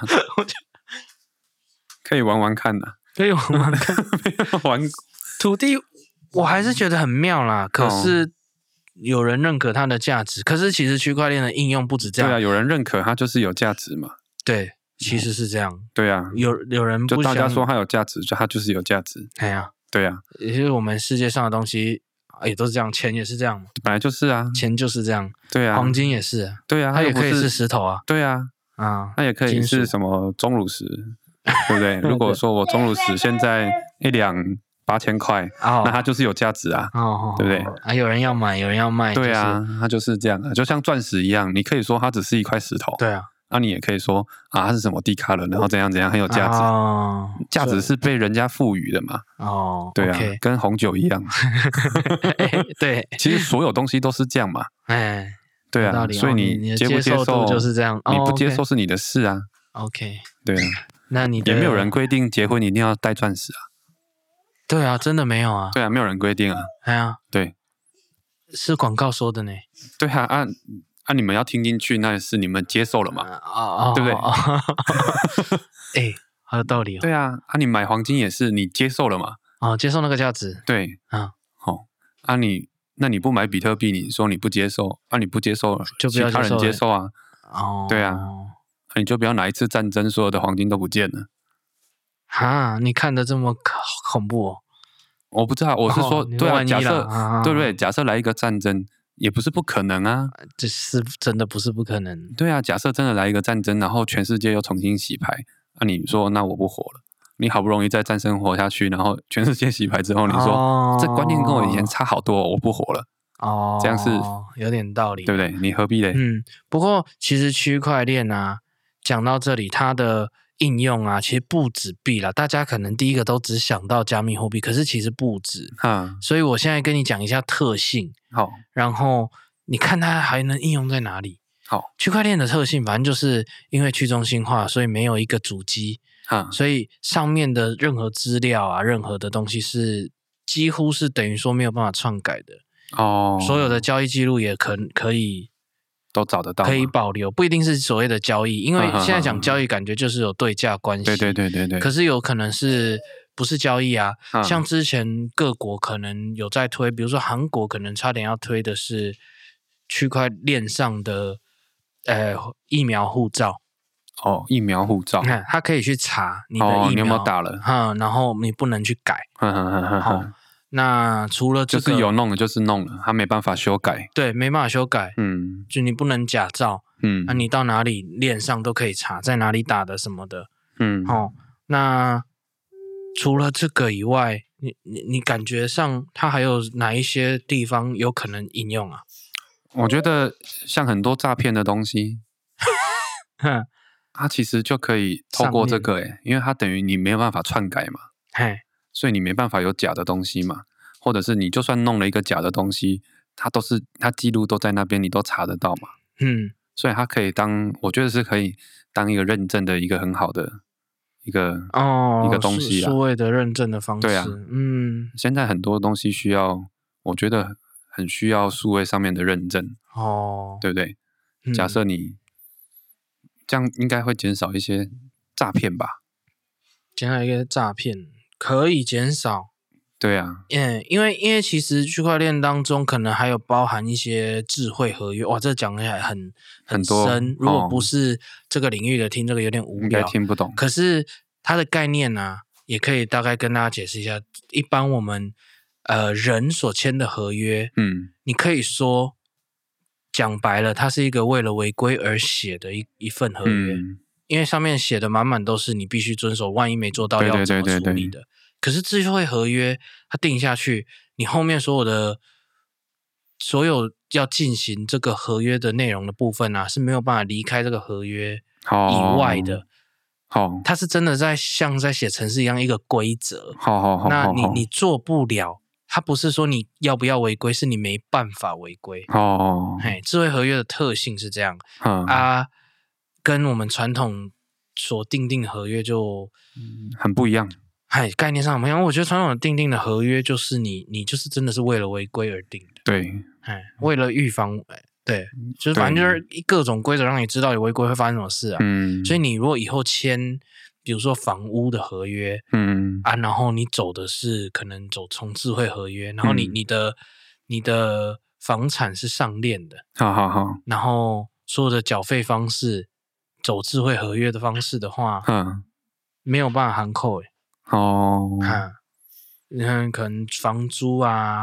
可以玩玩看呐、啊， 可以玩玩看。 没有玩土地，我还是觉得很妙啦。可是有人认可它的价值，可是其实区块链的应用不止这样。 对啊，有人认可它就是有价值嘛。 对，其实是这样。 对啊， 有有人不就大家说它有价值，就它就是有价值。 哎呀， 对啊， 也就是我们世界上的东西。 也都是这样，钱也是这样， 本来就是啊， 钱就是这样， 对啊， 黄金也是， 对啊， 它也可以是石头啊， 对啊， 啊， 它也可以是什么钟乳石，对不对？如果说我钟乳石现在一两八千块，哦、那它就是有价值啊，哦、对不对？ 啊，有人要买，有人要卖， 对啊， 就是、 它就是这样啊，就像钻石一样，你可以说它只是一块石头， 对啊。 那、啊、你也可以说啊，它是什么低卡了，然后怎样怎样很有价值，哦、价值是被人家赋予的嘛。哦，对啊， okay. 跟红酒一样。 对， 其实所有东西都是这样嘛。哎，对啊，所以你接不接受就是这样， 你不接受是你的事啊。 OK， 对啊， 那你也没有人规定结婚一定要戴钻石啊。 对啊，真的没有啊。 对啊，没有人规定啊。 哎呀， 对， 是广告说的呢。 对啊，按、啊。啊，你们要听进去，那也是你们接受了嘛，啊、对不对？ 哎、欸，好有道理哦。 对啊，啊，你买黄金也是你接受了嘛， 哦，接受那个价值。 对，啊，好、哦，啊你，那你不买比特币，你说你不接受，啊你不接受， 就不要其他人接受啊， 哦， 对啊，你就不要哪一次战争，所有的黄金都不见了。 哈，你看得这么恐怖哦？ 我不知道，我是说，哦、对啊，假设、 啊、 对不对？假设来一个战争。也不是不可能啊， 这是真的不是不可能。 对啊，假设真的来一个战争，然后全世界又重新洗牌，那、啊、你说那我不活了？你好不容易在战争活下去，然后全世界洗牌之后，你说、哦、这观念跟我以前差好多，我不活了。哦，这样是有点道理， 对不对？你何必嘞？ 嗯，不过其实区块链啊，讲到这里，它的应用啊，其实不止币啦。大家可能第一个都只想到加密货币，可是其实不止。嗯，所以我现在跟你讲一下特性。好，然后你看它还能应用在哪里？好，区块链的特性，反正就是因为去中心化，所以没有一个主机，嗯，所以上面的任何资料啊，任何的东西是几乎是等于说没有办法篡改的。哦，所有的交易记录也可可以。 都找得到， 可以保留，不一定是所谓的交易，因为现在讲交易，感觉就是有对价关系。 对对对对对。 可是有可能是不是交易啊？嗯、像之前各国可能有在推，比如说韩国可能差点要推的是区块链上的呃疫苗护照。 哦，疫苗护照， 嗯，它可以去查你的疫苗、哦、 你有没有打了， 嗯，然后你不能去改。 呵呵呵呵好。那除了这个， 就是有弄的，就是弄了，他没办法修改。 对，没办法修改。嗯，就你不能假造。嗯，那、啊、你到哪里链上都可以查，在哪里打的什么的。嗯，好、哦，那除了这个以外，你你你感觉上它还有哪一些地方有可能应用啊？ 我觉得像很多诈骗的东西，它其实就可以透过这个、欸，因为它等于你没有办法篡改嘛。嘿。所以你没办法有假的东西嘛，或者是你就算弄了一个假的东西，它都是它记录都在那边，你都查得到嘛。嗯，所以它可以当，我觉得是可以当一个认证的一个很好的一个哦一个东西啊， 数位的认证的方式。 对啊，嗯，现在很多东西需要，我觉得很需要数位上面的认证哦，对不对？嗯、假设你这样，应该会减少一些诈骗吧？ 减少一些诈骗。可以减少， 对啊， 嗯，因为因为其实区块链当中可能还有包含一些智慧合约，哇，这讲起来很很深，如果不是这个领域的听这个有点无聊， 应该听不懂。 可是它的概念呢、啊，也可以大概跟大家解释一下。一般我们呃人所签的合约，嗯，你可以说讲白了，它是一个为了违规而写的一一份合约。嗯，因为上面写的满满都是你必须遵守，万一没做到要怎么处理的。对对对对对。可是智慧合约它定下去，你后面所有的所有要进行这个合约的内容的部分啊，是没有办法离开这个合约以外的。好、哦，它是真的在像在写程式一样一个规则。 好好好， 那你你做不了，它不是说你要不要违规，是你没办法违规。哦，嘿，智慧合约的特性是这样、嗯、啊。跟我们传统所订定的合约就、 嗯、很不一样， 哎，概念上很不一样。我觉得传统的订定的合约就是你，你就是真的是为了违规而定的， 对， 哎，为了预防，对，就是反正就是各种规则让你知道有违规会发生什么事啊。嗯，所以你如果以后签，比如说房屋的合约，嗯啊，然后你走的是可能走从智慧合约，然后你、嗯、你的你的房产是上链的， 好好好， 然后所有的缴费方式。走智慧合约的方式的话，嗯，没有办法含扣诶。哦，嗯，你看可能房租啊、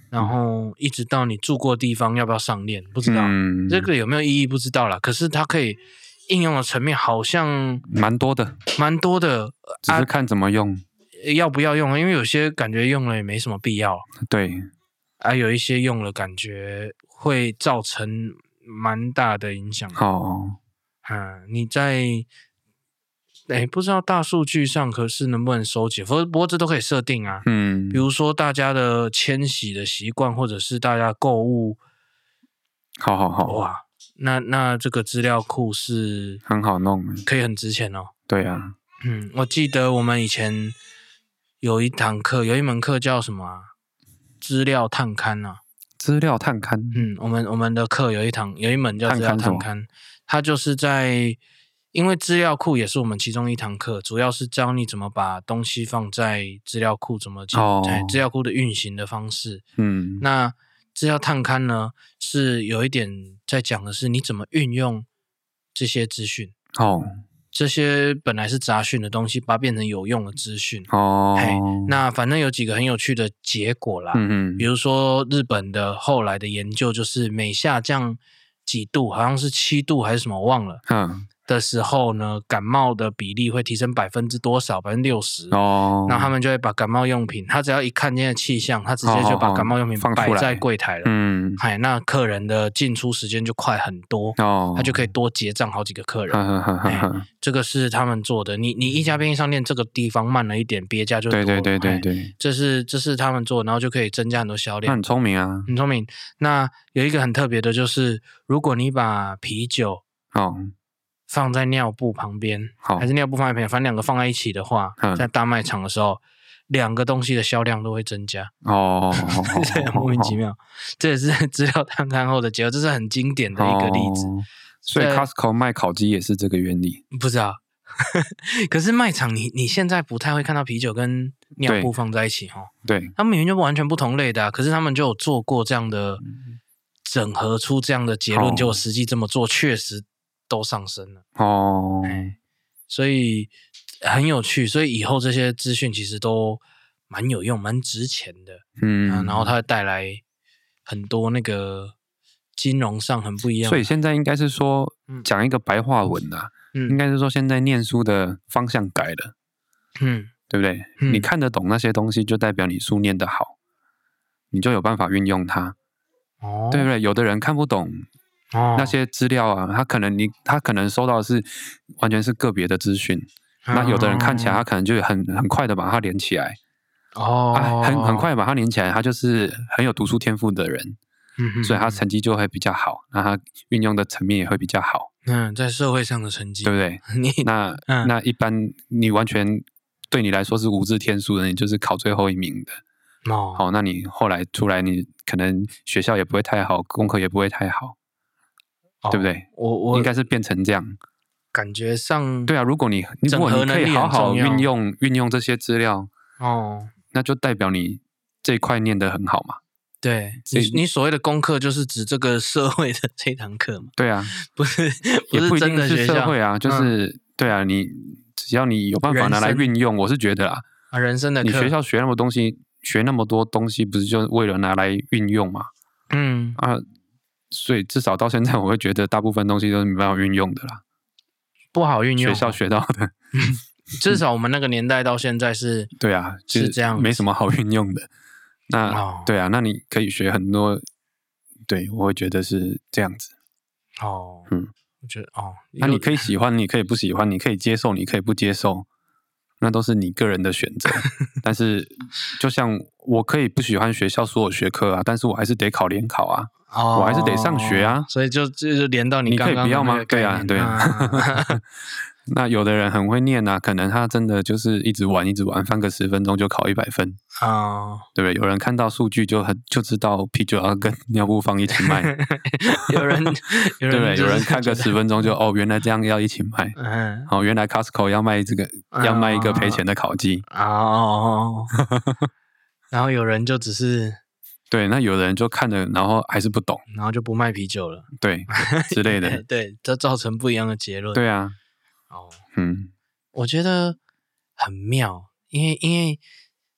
然后一直到你住过地方要不要上链，不知道、 嗯、 这个有没有意义不知道啦。可是它可以应用的层面好像蛮多的， 蛮多的， 只是看怎么用，啊、 要不要用，因为有些感觉用了也没什么必要。 对， 啊，有一些用了感觉会造成蛮大的影响。 哦， 嗯，你在哎，不知道大数据上可是能不能收集？不过不过这都可以设定啊。 嗯， 比如说大家的迁徙的习惯，或者是大家购物。 好好好， 哇，那那这个资料库是很好弄， 可以很值钱哦。 对啊， 嗯，我记得我们以前有一堂课，有一门课叫什么啊？资料探勘啊。 资料探勘。 嗯，我们我们的课有一堂有一门叫资料探勘，它就是在，因为资料库也是我们其中一堂课，主要是教你怎么把东西放在资料库，怎么进、哦、资料库的运行的方式。 嗯， 那资料探勘呢，是有一点在讲的是你怎么运用这些资讯。 哦。 这些本来是杂讯的东西，把它变成有用的资讯。 哦， 那反正有几个很有趣的结果啦。 嗯嗯， 比如说日本的后来的研究，就是每下降几度，好像是七度还是什么，忘了。 嗯。 的时候呢，感冒的比例会提升百分之多少？百分之六十。 哦， 那他们就会把感冒用品，他只要一看见气象，他直接就把感冒用品摆在柜台了。 嗯， 嗨，那客人的进出时间就快很多。哦，他就可以多结账好几个客人。 呵呵呵呵， 这个是他们做的。你你一家便利商店这个地方慢了一点，别家就多了。 对对对对对， 这是这是他们做的，然后就可以增加很多销量。 那很聪明啊， 很聪明。那有一个很特别的，就是如果你把啤酒哦。放在尿布旁边，还是尿布放在旁边，反正两个放在一起的话，在大卖场的时候，两个东西的销量都会增加。哦，这很莫名其妙。这也是资料探勘后的结果，这是很经典的一个例子。 哦、所以 Costco 卖烤鸡也是这个原理？ 不知道。可是卖场你你现在不太会看到啤酒跟尿布放在一起哈。 对， 他们明明就完全不同类的、啊，可是他们就有做过这样的整合出这样的结论，结果实际这么做确实都上升了哦、哎，所以很有趣，所以以后这些资讯其实都蛮有用、蛮值钱的，嗯、啊，然后它会带来很多那个金融上很不一样。 所以现在应该是说讲一个白话文啊，嗯、应该是说现在念书的方向改了，嗯，对不对？嗯、你看得懂那些东西，就代表你书念得好，你就有办法运用它，哦，对不对？有的人看不懂。哦、那些资料啊，他可能你他可能收到的是完全是个别的资讯，哦、那有的人看起来他可能就很很快的把它连起来，哦，啊、很很快把它连起来，他就是很有读书天赋的人，嗯、所以他成绩就会比较好，那他运用的层面也会比较好， 嗯，在社会上的成绩， 对不对？你那、嗯、那一般你完全对你来说是无字天书的，你就是考最后一名的，哦，好，那你后来出来，你可能学校也不会太好，功课也不会太好。对不对？ 哦、我我应该是变成这样， 感觉上对啊。如果你如果你可以好好运用运用这些资料哦，那就代表你这一块念得很好嘛。 对，你你所谓的功课就是指这个社会的这堂课嘛？ 对啊， 不是，不是真的学校，也不一定是社会啊，就是、嗯、对啊，你只要你有办法拿来运用，我是觉得啊， 啊人生的课， 你学校学那么多东西，学那么多东西，不是就为了拿来运用嘛？嗯啊。所以至少到现在，我会觉得大部分东西都是没办法运用的啦， 不好运用。 学校学到的， 至少我们那个年代到现在是， 对啊， 是这样， 没什么好运用的。那、哦、对啊，那你可以学很多，对我会觉得是这样子。哦，嗯， 我觉得哦， 那你可以喜欢，你可以不喜欢，你可以接受，你可以不接受，那都是你个人的选择。但是，就像我可以不喜欢学校所有学科啊，但是我还是得考联考啊。哦、我还是得上学啊， 所以就就连到你刚刚你可以不要吗？对啊，对啊。那有的人很会念啊，可能他真的就是一直玩，一直玩，翻个十分钟就考一百分啊，哦、对不对？有人看到数据就很就知道啤酒要跟尿布放一起卖， 有人，有人、就是、 对不对？有人看个十分钟就哦，原来这样要一起卖，嗯，哦，原来 Costco 要卖这个，嗯、要卖一个赔钱的烤鸡哦，然后有人就只是。 对，那有的人就看了，然后还是不懂， 然后就不卖啤酒了， 对之类的， 对，这造成不一样的结论。 对啊， 哦，嗯，我觉得很妙，因为因为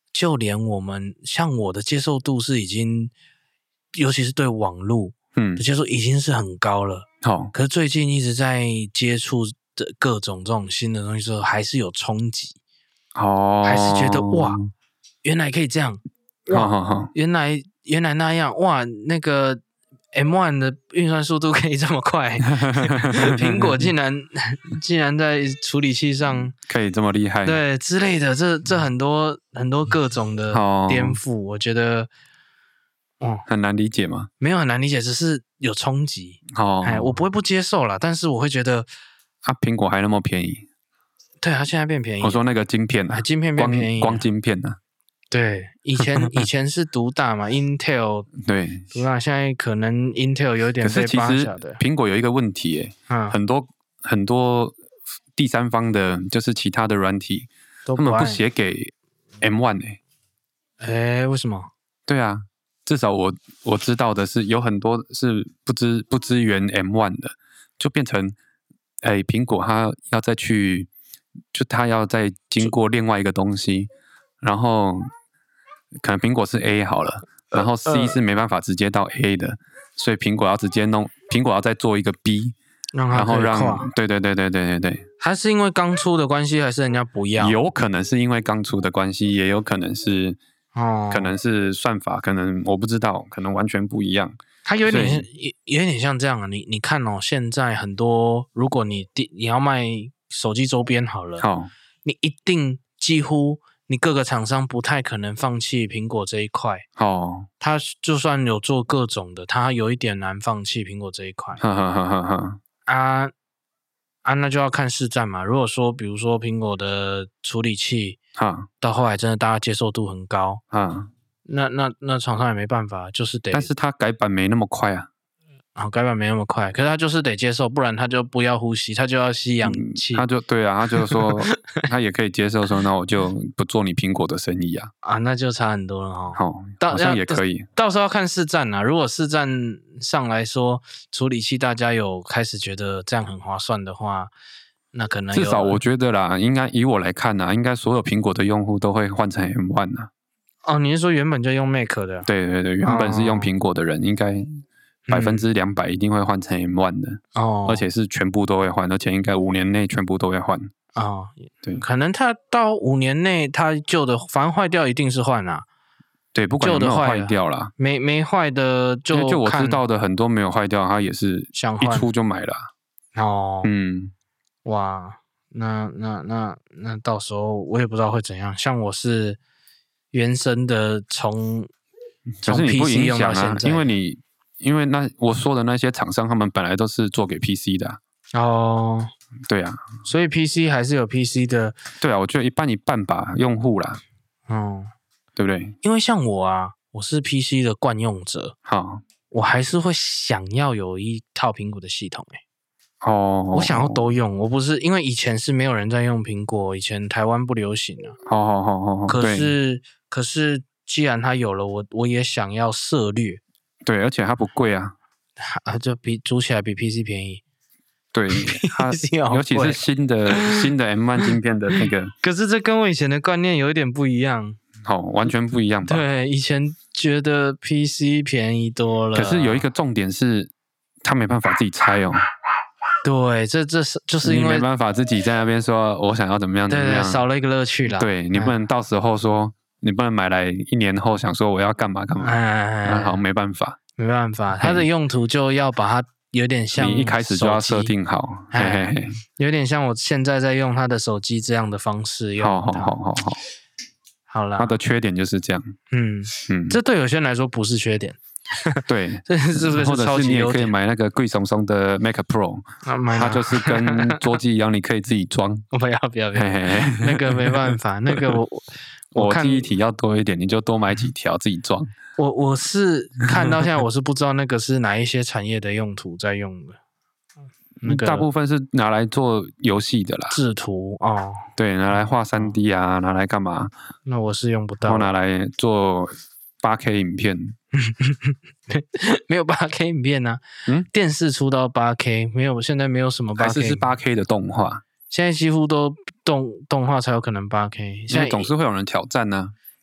就连我们像我的接受度是已经，尤其是对网络嗯的接受已经是很高了。好、哦，可是最近一直在接触的各种这种新的东西之后，还是有冲击。哦，还是觉得哇，原来可以这样，哇，好好好原来原来那样，哇，那个 M 一 的运算速度可以这么快，苹果竟然竟然在处理器上可以这么厉害， 对之类的，这这很多很多各种的颠覆，哦、我觉得， 哦，很难理解吗？ 没有很难理解，只是有冲击。哦，哎，我不会不接受啦，但是我会觉得， 啊，苹果还那么便宜。 对，它现在变便宜。 我说那个晶片啊， 晶片变便宜， 光, 光晶片啊。 对，以前以前是独大嘛，Intel 对独大，现在可能 Intel 有点被扒下的。 苹果有一个问题耶，嗯、很多很多第三方的，就是其他的软体，他们不写给 M 一 哎， 哎，为什么？ 对啊，至少我我知道的是，有很多是不支不支援 M 一 的，就变成哎，苹果它要再去。就它要再经过另外一个东西，然后可能苹果是 A 好了，然后 C 是没办法直接到 A 的，所以苹果要直接弄，苹果要再做一个 B， 然后让对对对对对对对， 还是因为刚出的关系，还是人家不要？ 有可能是因为刚出的关系，也有可能是哦，可能是算法，可能我不知道，可能完全不一样。 它有点有点像这样啊，你你看哦，现在很多，如果你你要卖手机周边好了，好，你一定几乎你各个厂商不太可能放弃苹果这一块。哦，他就算有做各种的，他有一点难放弃苹果这一块。哈哈哈哈哈。啊啊，那就要看市占嘛。如果说比如说苹果的处理器，哈，到后来真的大家接受度很高，啊，那那那厂商也没办法，就是得。 但是他改版没那么快啊。 啊，改版没那么快，可是他就是得接受，不然他就不要呼吸，他就要吸氧气。 嗯、他就对啊，他就说他也可以接受说，那我就不做你苹果的生意啊。 啊，那就差很多了哈。 好，好像也可以。 到时候要看市占啊，如果市占上来说，处理器大家有开始觉得这样很划算的话，那可能至少我觉得啦，应该以我来看啊，应该所有苹果的用户都会换成 M 一 啊。 哦，你是说原本就用 Mac 的？ 对对对，原本是用苹果的人，哦、应该。百分之两百一定会换成 M 一 的哦，而且是全部都会换，而且应该五年内全部都会换哦。对，可能他到五年内，他旧的反正坏掉一定是换啦。 对，不管有没有坏掉啦， 没没坏的就就我知道的很多没有坏掉，他也是一出就买了。哦，嗯， 哇，那那那那到时候我也不知道会怎样。像我是原生的从从 P C 用到现在， 因为你。因为那我说的那些厂商，他们本来都是做给 P C 的、啊、哦，对啊， 所以 P C 还是有 P C 的， 对啊，我觉得一半一半吧，用户啦，哦，对不对？ 因为像我啊，我是 P C 的惯用者，好，我还是会想要有一套苹果的系统、欸，哦，我想要都用，我不是因为以前是没有人在用苹果，以前台湾不流行啊，好好好好好，可是可是既然它有了，我我也想要涉略。 对，而且它不贵啊， 啊，就比组起来比 P C 便宜。 对，它尤其是新的新的 M 一 晶片的那个。 可是这跟我以前的观念有一点不一样。 好、哦，完全不一样吧？ 对，以前觉得 P C 便宜多了。 可是有一个重点是，它没办法自己拆哦。 对，这这是就是因为你没办法自己在那边说，我想要怎么样怎么样， 对对少了一个乐趣啦。 对，你不能到时候说。嗯你不能买来一年后想说我要干嘛干嘛，哎，好没办法， 没办法，它的用途就要把它有点像你一开始就要设定好，嘿嘿嘿， 有点像我现在在用它的手机这样的方式用它。 好好好好好， 好啦， 它的缺点就是这样， 嗯嗯，这对有些人来说不是缺点， 对， 这是不是或者是你也可以买那个贵松松的 Mac Pro， 它就是跟桌机一样，你可以自己装。 不要不要不要，那个没办法，那个我。 我记忆体要多一点，你就多买几条自己装。 我我是看到现在，我是不知道那个是哪一些产业的用途在用的。 那个大部分是拿来做游戏的啦， 制图哦， 对，拿来画 三 D 啊，拿来干嘛？ 那我是用不到。 我拿来做 八 K 影片， 没有 八 K 影片啊。嗯，电视出到 八 K， 没有，现在没有什么 八 K， 还是是 八 K 的动画。 现在几乎都动动画才有可能 八 K， 现在总是会有人挑战呢、啊。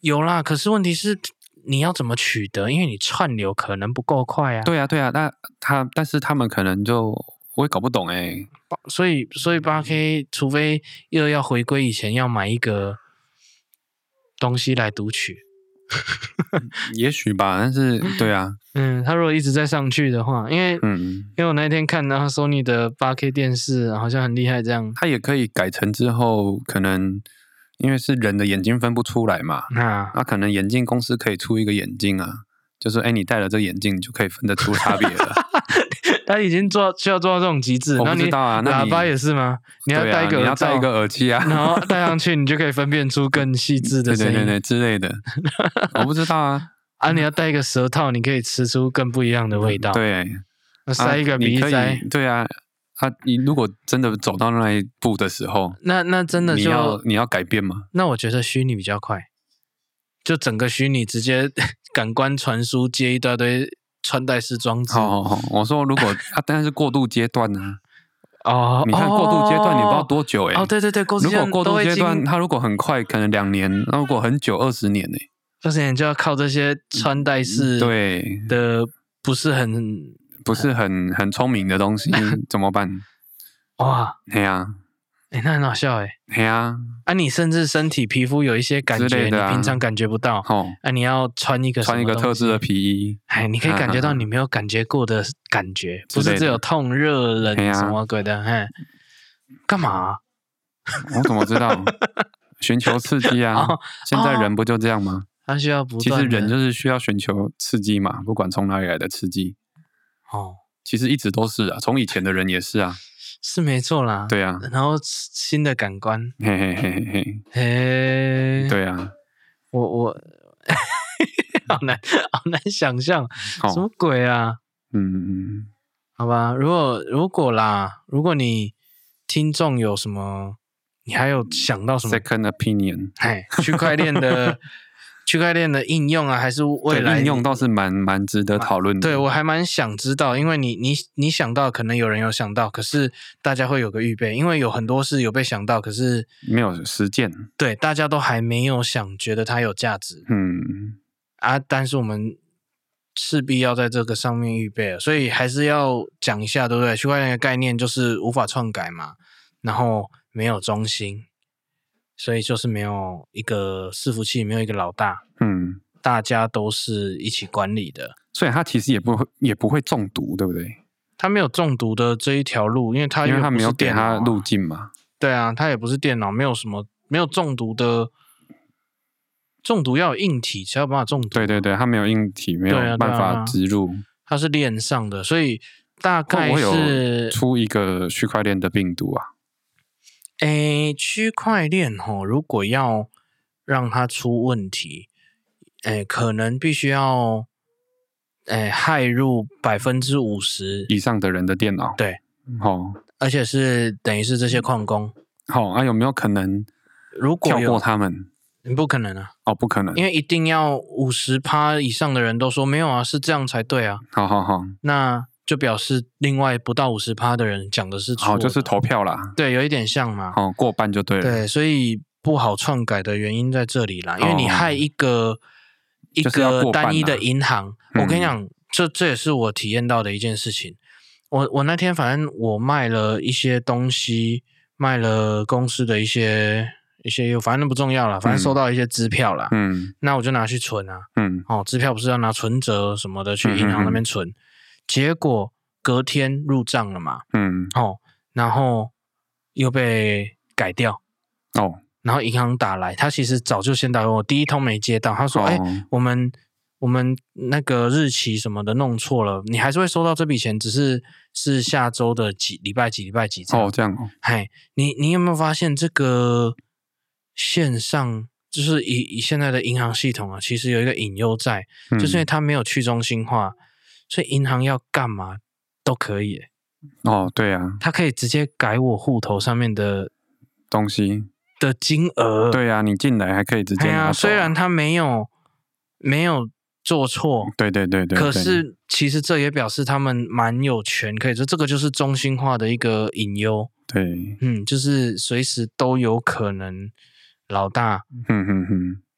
有啦，可是问题是你要怎么取得？因为你串流可能不够快啊。 对啊，对啊，那他但是他们可能就我也搞不懂哎、欸。 所以所以 八 K 除非又要回归以前，要买一个东西来读取。 也许吧，但是对啊， 嗯，他如果一直在上去的话，因为嗯，因为我那天看到 Sony 的 八 K 电视好像很厉害，这样它也可以改成之后，可能因为是人的眼睛分不出来嘛，啊，那可能眼镜公司可以出一个眼镜啊，就是哎，你戴了这个眼镜，你就可以分得出差别了。 他已经做需要做到这种极致， 我不知道啊，那喇叭也是吗？你要戴一个、 啊、你要戴一个耳机啊， 然后戴上去，你就可以分辨出更细致的声音， 对对对对之类的。我不知道啊， 啊，你要戴一个舌套，你可以吃出更不一样的味道。 对， 那塞一个鼻塞， 啊、对啊，啊，你如果真的走到那一步的时候， 那那真的就你要你要改变吗？ 那我觉得虚拟比较快，就整个虚拟直接感官传输接一大堆穿戴式装置。 好好好，我说如果啊，但是过渡阶段呢、 啊？哦， 你看过渡阶段，你不知道多久哎、欸。 哦，对对对，过渡阶段如果过渡阶段，它如果很快，可能两年；那如果很久，二十年呢、欸？ 二十年就要靠这些穿戴式对的，不是很不是很很聪明的东西，怎么办？ 哇， 对啊。 哎、欸，那很好笑哎、 欸！对啊， 啊，你甚至身体皮肤有一些感觉，啊、你平常感觉不到。哦，啊，你要穿一个穿一个特制的皮衣， 哎，你可以感觉到你没有感觉过的感觉，不是只有痛、热、冷什么鬼的。哎，干嘛、啊？ 我怎么知道？寻求刺激啊！哦、现在人不就这样吗？ 他需要不断。 其实人就是需要寻求刺激嘛，不管从哪里来的刺激。哦，其实一直都是啊，从以前的人也是啊。 是没错啦， 对啊， 然后新的感官， 嘿嘿嘿嘿嘿， 嘿， 对啊， 我我好难好难想象，哦、什么鬼啊？嗯嗯，好吧，如果如果啦，如果你听众有什么，你还有想到什么 second opinion， 哎，区块链的。区块链的应用啊，还是未来应用倒是蛮蛮值得讨论的。 对，我还蛮想知道，因为你你你想到，可能有人有想到，可是大家会有个预备，因为有很多是有被想到，可是没有实践。 对，大家都还没有想，觉得它有价值。嗯啊，但是我们势必要在这个上面预备了，所以还是要讲一下，对不对？区块链的概念就是无法篡改嘛，然后没有中心。所以就是没有一个伺服器，没有一个老大，嗯，大家都是一起管理的， 所以它其实也不会也不会中毒，对不对？ 它没有中毒的这一条路，因为它因为它没有给它路径嘛。 对啊，它也不是电脑，没有什么没有中毒的，中毒要有硬体才有办法中毒。 对对对，它没有硬体，没有办法植入， 啊啊、它是链上的，所以大概是会有出一个区块链的病毒啊。 诶，区块链吼，如果要让它出问题，诶，可能必须要诶駭入百分之五十以上的人的电脑。 对， 哦， 而且是等于是这些矿工。 好、哦、啊，有没有可能如果跳过他们？ 不可能啊！ 哦，不可能， 因为一定要五十趴以上的人都说没有啊，是这样才对啊。 好好好， 那。就表示另外不到 百分之五十 的人讲的是错的， 好，就是投票啦。 对，有一点像嘛。 好、哦，过半就对了。 对，所以不好篡改的原因在这里啦，因为你害一个、哦、一个单一的银行，就是、我跟你讲，这这也是我体验到的一件事情。我我那天反正我卖了一些东西，卖了公司的一些一些，反正不重要啦，反正收到一些支票啦。嗯，那我就拿去存啊。嗯，哦，支票不是要拿存折什么的去银行那边存。嗯哼哼，结果隔天入账了嘛，嗯，哦，然后又被改掉，哦，然后银行打来，他其实早就先打给我，第一通没接到，他说，哎、哦欸，我们我们那个日期什么的弄错了，你还是会收到这笔钱，只是是下周的几礼拜几礼拜几这样。 哦，这样哦， 嗨，你你有没有发现这个线上就是以以现在的银行系统啊，其实有一个隐忧在，嗯、就是因为它没有去中心化。所以银行要干嘛都可以耶。 哦，对啊， 它可以直接改我户头上面的东西的金额。 对啊，你进来还可以直接拿走、啊。 虽然它没有没有做错， 对对对 对, 对， 可是其实这也表示他们蛮有权，可以说这个就是中心化的一个隐忧。 对， 嗯，就是随时都有可能老大， 嗯哼哼，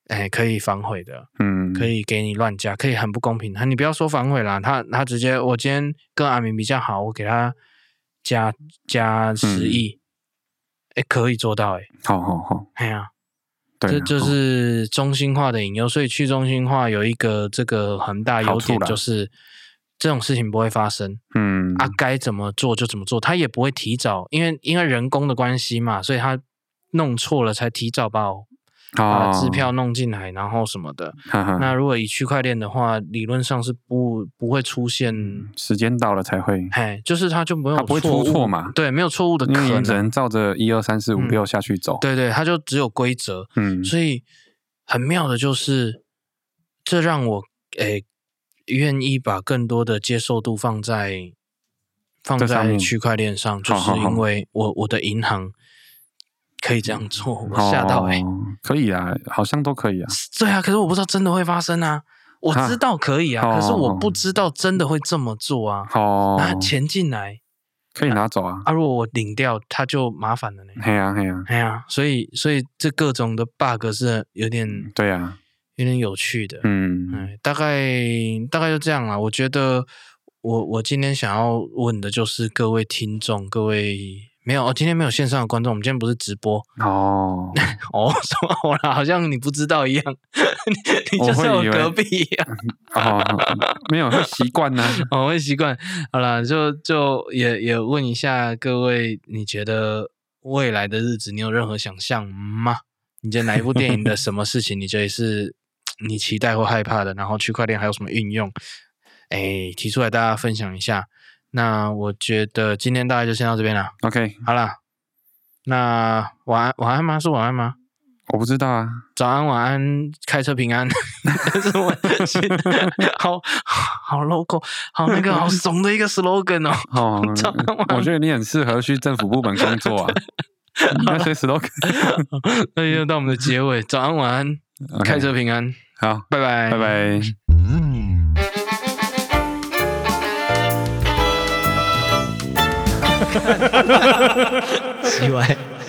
哎，可以反悔的，嗯，可以给你乱加，可以很不公平。你不要说反悔啦，他他直接，我今天跟阿明比较好，我给他加加十亿，哎、嗯，可以做到、欸，哎， 好好好， 哎呀，这就是中心化的隐忧，所以去中心化有一个这个很大优点，就是这种事情不会发生，嗯，啊，该怎么做就怎么做，他也不会提早，因为因为人工的关系嘛，所以他弄错了才提早把我。把支票弄进来，然后什么的。哦、那如果以区块链的话，理论上是不不会出现， 时间到了才会。 哎，就是它就没有错误， 它不会出错嘛？ 对，没有错误的可能， 因为你只能照着一二三四五六下去走。 嗯、对对，它就只有规则。嗯，所以很妙的就是，这让我诶愿意把更多的接受度放在放在区块链上，就是因为我我的银行。可以这样做，我吓到哎、欸哦！可以啊，好像都可以啊。 对啊，可是我不知道真的会发生啊。我知道可以啊，啊可是我不知道真的会这么做啊。哦，那钱进来可以拿走啊。 啊，如果我领掉，它就麻烦了呢。 嘿呀嘿呀， 嘿呀，所以所以这各种的 bug 是有点对啊， 有点有趣的。 嗯， 嗯，大概大概就这样啦。我觉得我我今天想要问的就是各位听众，各位。没有，哦，今天没有线上的观众，我们今天不是直播哦哦，什么啦？好像你不知道一样，你, 你就在我隔壁一样哦，没有会习惯呢， 哦，会习惯。好啦，就就也也问一下各位，你觉得未来的日子你有任何想象吗？你觉得哪一部电影的什么事情你觉得是你期待或害怕的？然后区块链还有什么运用？哎，提出来大家分享一下。那我觉得今天大概就先到这边了。 OK， 好啦，那晚安，晚安吗？是晚安吗？ 我不知道啊。 早安，晚安，开车平安。是我好好 logo， 好那个好怂的一个 slogan 哦。 哦，早安晚安，我觉得你很适合去政府部门工作啊。那些 slogan， 那就到我们的结尾。早安，晚安， okay, 开车平安。 好， 拜拜， 拜拜。 奇怪。